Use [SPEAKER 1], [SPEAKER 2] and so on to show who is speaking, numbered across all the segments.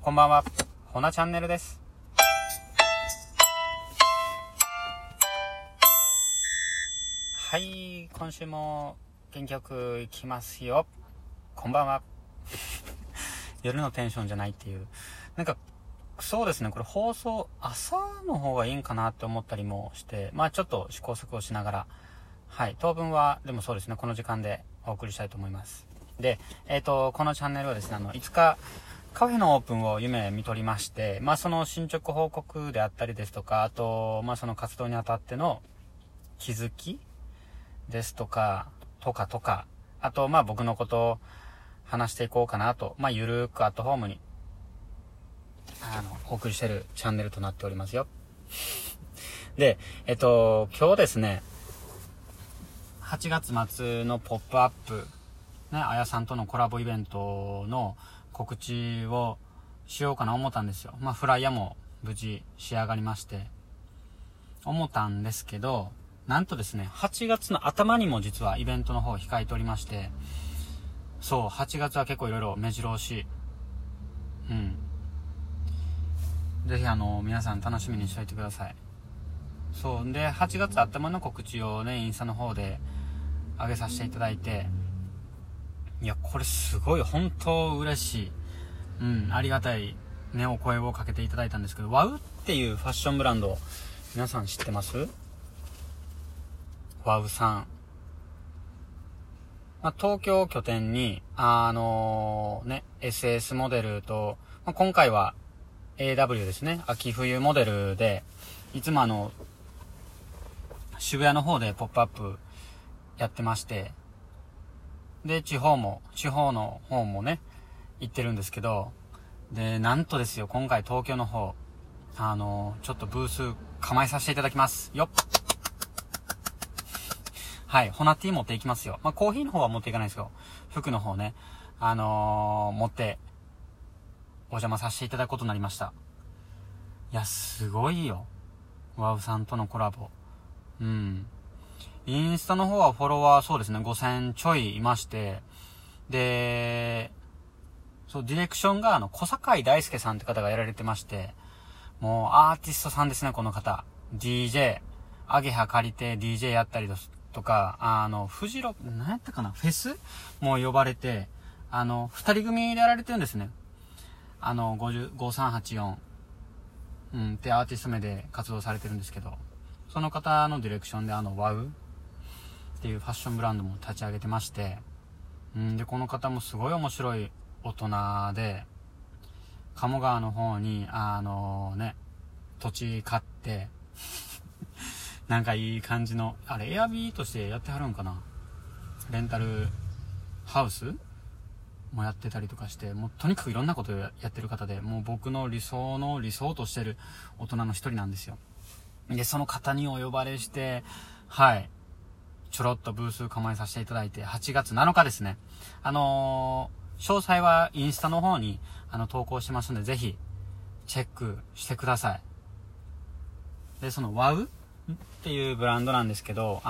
[SPEAKER 1] こんばんは、ほなチャンネルです。はい、今週も元気よくいきますよ。こんばんは。夜のテンションじゃないっていう。なんか、そうですね、これ放送、朝の方がいいんかなって思ったりもして、まあちょっと試行錯誤しながら、はい、当分は、でもそうですね、この時間でお送りしたいと思います。で、このチャンネルはですね、いつかカフェのオープンを夢見とりまして、まあその進捗報告であったりですとか、あと、まあその活動にあたっての気づきですとか、あと、まあ僕のことを話していこうかなと、まあゆるーくアットホームに、お送りしてるチャンネルとなっておりますよ。で、今日ですね、8月末のポップアップ、ね、あやさんとのコラボイベントの告知をしようかな思ったんですよ。まあフライヤーも無事仕上がりまして思ったんですけど、なんとですね、8月の頭にも実はイベントの方を控えておりまして、そう、8月は結構いろいろ目白押し、ぜひ皆さん楽しみにしておいてください。そうで、8月頭の告知をね、インスタの方で上げさせていただいて、いや、これすごい本当嬉しい。ありがたいね、お声をかけていただいたんですけど、ワウっていうファッションブランド、皆さん知ってます？ワウさん。まあ、東京を拠点に、SS モデルと、まあ、今回は AW ですね、秋冬モデルで、いつも渋谷の方でポップアップやってまして、で、地方の方もね、行ってるんですけど、で、なんとですよ、今回東京の方、ちょっとブース構えさせていただきますよっ。はい、ホナティー持っていきますよ。まあ、コーヒーの方は持っていかないですよ。服の方ね、持ってお邪魔させていただくことになりました。いや、すごいよ、ワウさんとのコラボ。インスタの方はフォロワーそうですね、5000ちょいいまして、で、そう、ディレクションが小坂井大輔さんって方がやられてまして、もうアーティストさんですね、この方。DJ、アゲハ借りて DJ やったりとか、フジロ、何やったかな、フェスも呼ばれて、二人組でやられてるんですね。5384、ってアーティスト名で活動されてるんですけど、その方のディレクションでワウっていうファッションブランドも立ち上げてまして、で、この方もすごい面白い大人で、鴨川の方に、土地買って、なんかいい感じの、あれ、エアビーとしてやってはるんかな？レンタルハウスもやってたりとかして、もうとにかくいろんなことをやってる方で、もう僕の理想としてる大人の一人なんですよ。で、その方にお呼ばれして、はい。ちょろっとブース構えさせていただいて、8月7日ですね。詳細はインスタの方に、投稿しますので、ぜひ、チェックしてください。で、その、ワウっていうブランドなんですけど、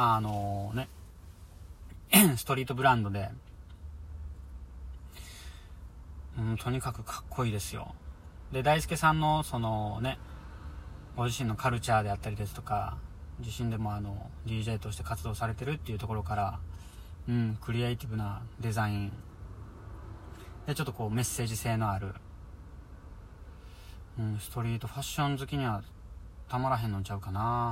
[SPEAKER 1] ストリートブランドで、とにかくかっこいいですよ。で、大輔さんの、ご自身のカルチャーであったりですとか、自身でもDJ として活動されてるっていうところから、クリエイティブなデザインで、ちょっとこうメッセージ性のある、ストリートファッション好きにはたまらへんのちゃうかな。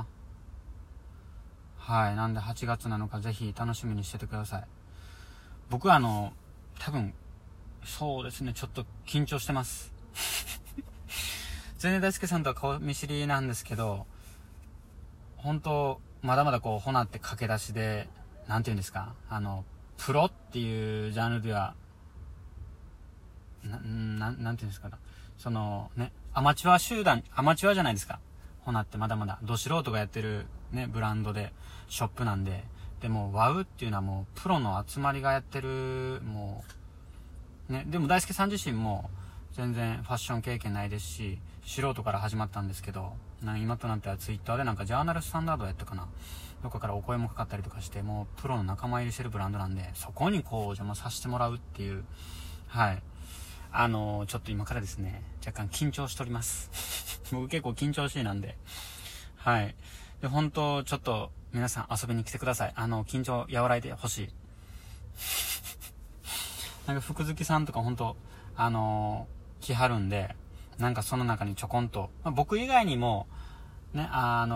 [SPEAKER 1] はい、なんで8月7日ぜひ楽しみにしててください。僕は多分そうですね、ちょっと緊張してます全然大輔さんとは顔見知りなんですけど、本当まだまだこうホナって駆け出しで、なんていうんですか、プロっていうジャンルではなんていうんですか、アマチュアじゃないですか。ホナってまだまだど素人がやってるね、ブランドでショップなんで、でもワウっていうのはもうプロの集まりがやってる、もうね、でも大輔さん自身も全然ファッション経験ないですし、素人から始まったんですけど、今となってはツイッターでなんかジャーナルスタンダードやったかな、どっかからお声もかかったりとかして、もうプロの仲間入りしてるブランドなんで、そこにこうお邪魔させてもらうっていう、はい、 ちょっと今からですね、若干緊張しております。僕結構緊張しいなんで。はい。で、本当ちょっと皆さん遊びに来てください。緊張和らいでほしい。なんか福月さんとか本当来はるんで、なんかその中にちょこんと、僕以外にも、ね、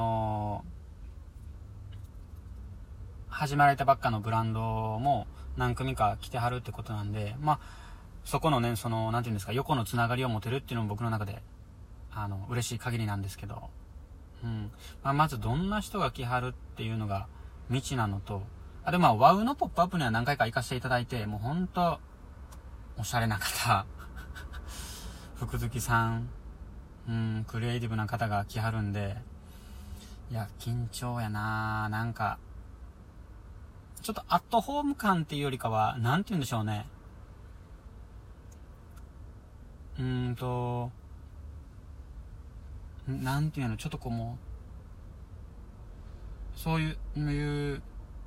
[SPEAKER 1] 始まられたばっかのブランドも何組か来てはるってことなんで、そこのね、なんていうんですか、横のつながりを持てるっていうのも僕の中で、嬉しい限りなんですけど、まずどんな人が来はるっていうのが未知なのと、でもワウのポップアップには何回か行かせていただいて、もうほんと、おしゃれな方、福月さん、クリエイティブな方が来はるんで、いや、緊張やなぁ。なんか、ちょっとアットホーム感っていうよりかは、なんて言うんでしょうね。なんていうの、ちょっとこうもう、そういう、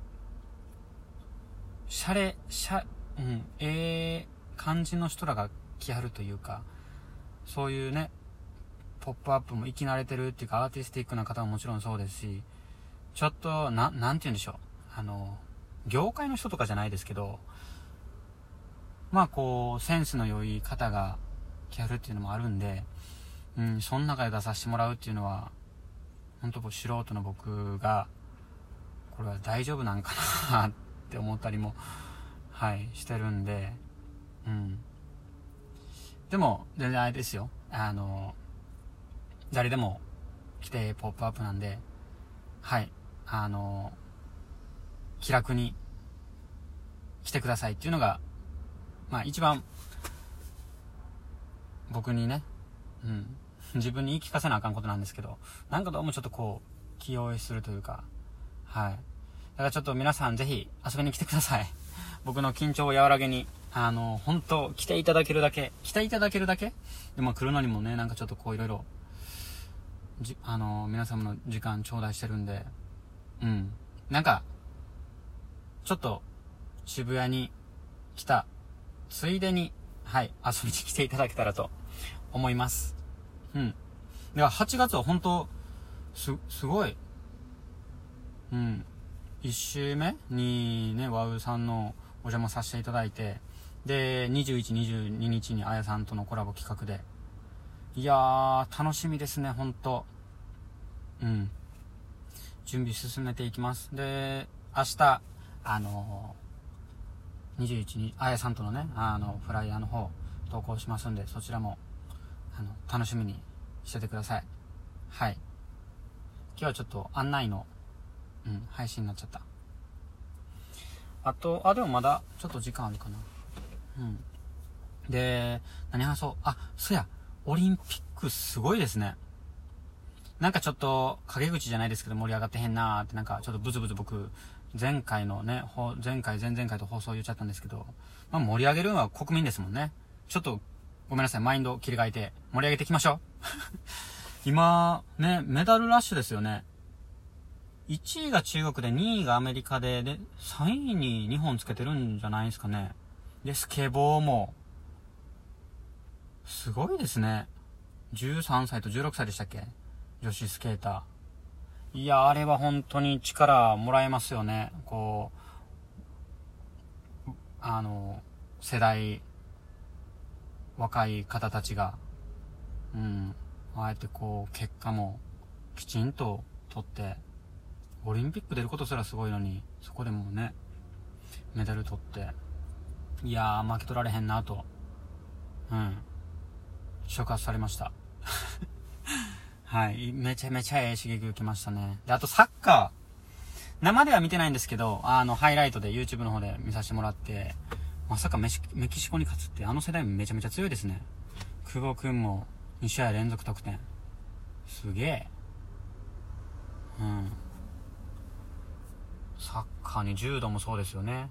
[SPEAKER 1] 感じの人らが来はるというか、そういうね、ポップアップも生き慣れてるっていうか、アーティスティックな方ももちろんそうですし、ちょっと、なんて言うんでしょう。業界の人とかじゃないですけど、こう、センスの良い方が来はるっていうのもあるんで、その中で出させてもらうっていうのは、本当素人の僕が、これは大丈夫なんかなって思ったりも、してるんで、でも、全然あれですよ。誰でも来てポップアップなんで、気楽に来てくださいっていうのが、一番、僕にね、自分に言い聞かせなあかんことなんですけど、なんかどうもちょっとこう、気負いするというか、だからちょっと皆さんぜひ遊びに来てください。僕の緊張を和らげに、本当来ていただけるだけで、来るのにもね、なんかちょっとこういろいろ、皆様の時間頂戴してるんで、なんか、ちょっと、渋谷に来た、ついでに、遊びに来ていただけたらと思います。だから8月は本当すごい、1週目にね、ワウさんのお邪魔させていただいて、で、21、22日にあやさんとのコラボ企画で、いやー、楽しみですね、ほんと。準備進めていきます。で、明日、21に、あやさんとのね、フライヤーの方、投稿しますんで、そちらも、楽しみにしててください。今日はちょっと案内の、配信になっちゃった。でもまだ、ちょっと時間あるかな。で、何話そう。そうや、オリンピックすごいですね。なんかちょっと、陰口じゃないですけど盛り上がってへんなーって、なんかちょっとブツブツ僕、前回のね、前々回と放送言っちゃったんですけど、盛り上げるのは国民ですもんね。ちょっと、ごめんなさい、マインドを切り替えて、盛り上げていきましょう。今、ね、メダルラッシュですよね。1位が中国で、2位がアメリカで、3位に日本つけてるんじゃないですかね。で、スケボーも、すごいですね。13歳と16歳でしたっけ？女子スケーター。いや、あれは本当に力もらえますよね。こう、世代、若い方たちが、ああやってこう、結果もきちんと取って、オリンピック出ることすらすごいのに、そこでもね、メダル取って、いやー、負け取られへんなと、触発されました。めちゃめちゃ刺激受けましたね。で、あとサッカー。生では見てないんですけど、ハイライトで YouTube の方で見させてもらって、まさかメキシコに勝つって、世代もめちゃめちゃ強いですね。久保くんも2試合連続得点。すげえ。サッカーに柔道もそうですよね。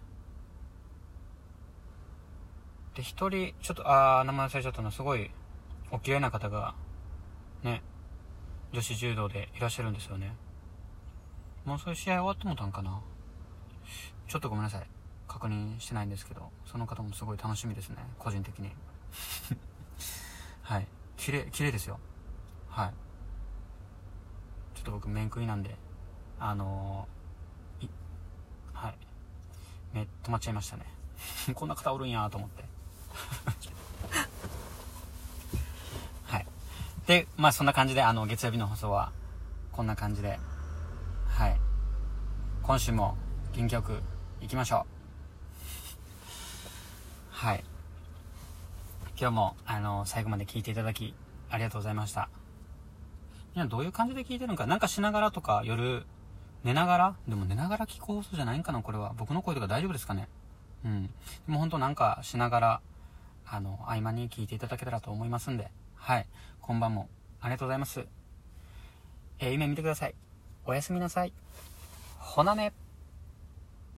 [SPEAKER 1] で、一人、ちょっと、名前忘れちゃったの、すごい、お綺麗な方が、ね、女子柔道でいらっしゃるんですよね。もうそういう試合終わってもたんかな。ちょっとごめんなさい。確認してないんですけど、その方もすごい楽しみですね、個人的に。 はい。綺麗ですよ。はい。ちょっと僕、面食いなんで、はい。目止まっちゃいましたね。こんな方おるんやと思って。はい。で、まあそんな感じで、月曜日の放送は、こんな感じで、はい。今週も元気よくいきましょう。はい。今日も、最後まで聞いていただき、ありがとうございました。みんなどういう感じで聞いてるのか、なんかしながらとか、夜、寝ながらでも寝ながら聞く放送じゃないんかな、これは。僕の声とか大丈夫ですかね。うん。でも本当なんかしながら、合間に聞いていただけたらと思いますんで、はい。今晩もありがとうございます。夢見てください。おやすみなさい。ほなね。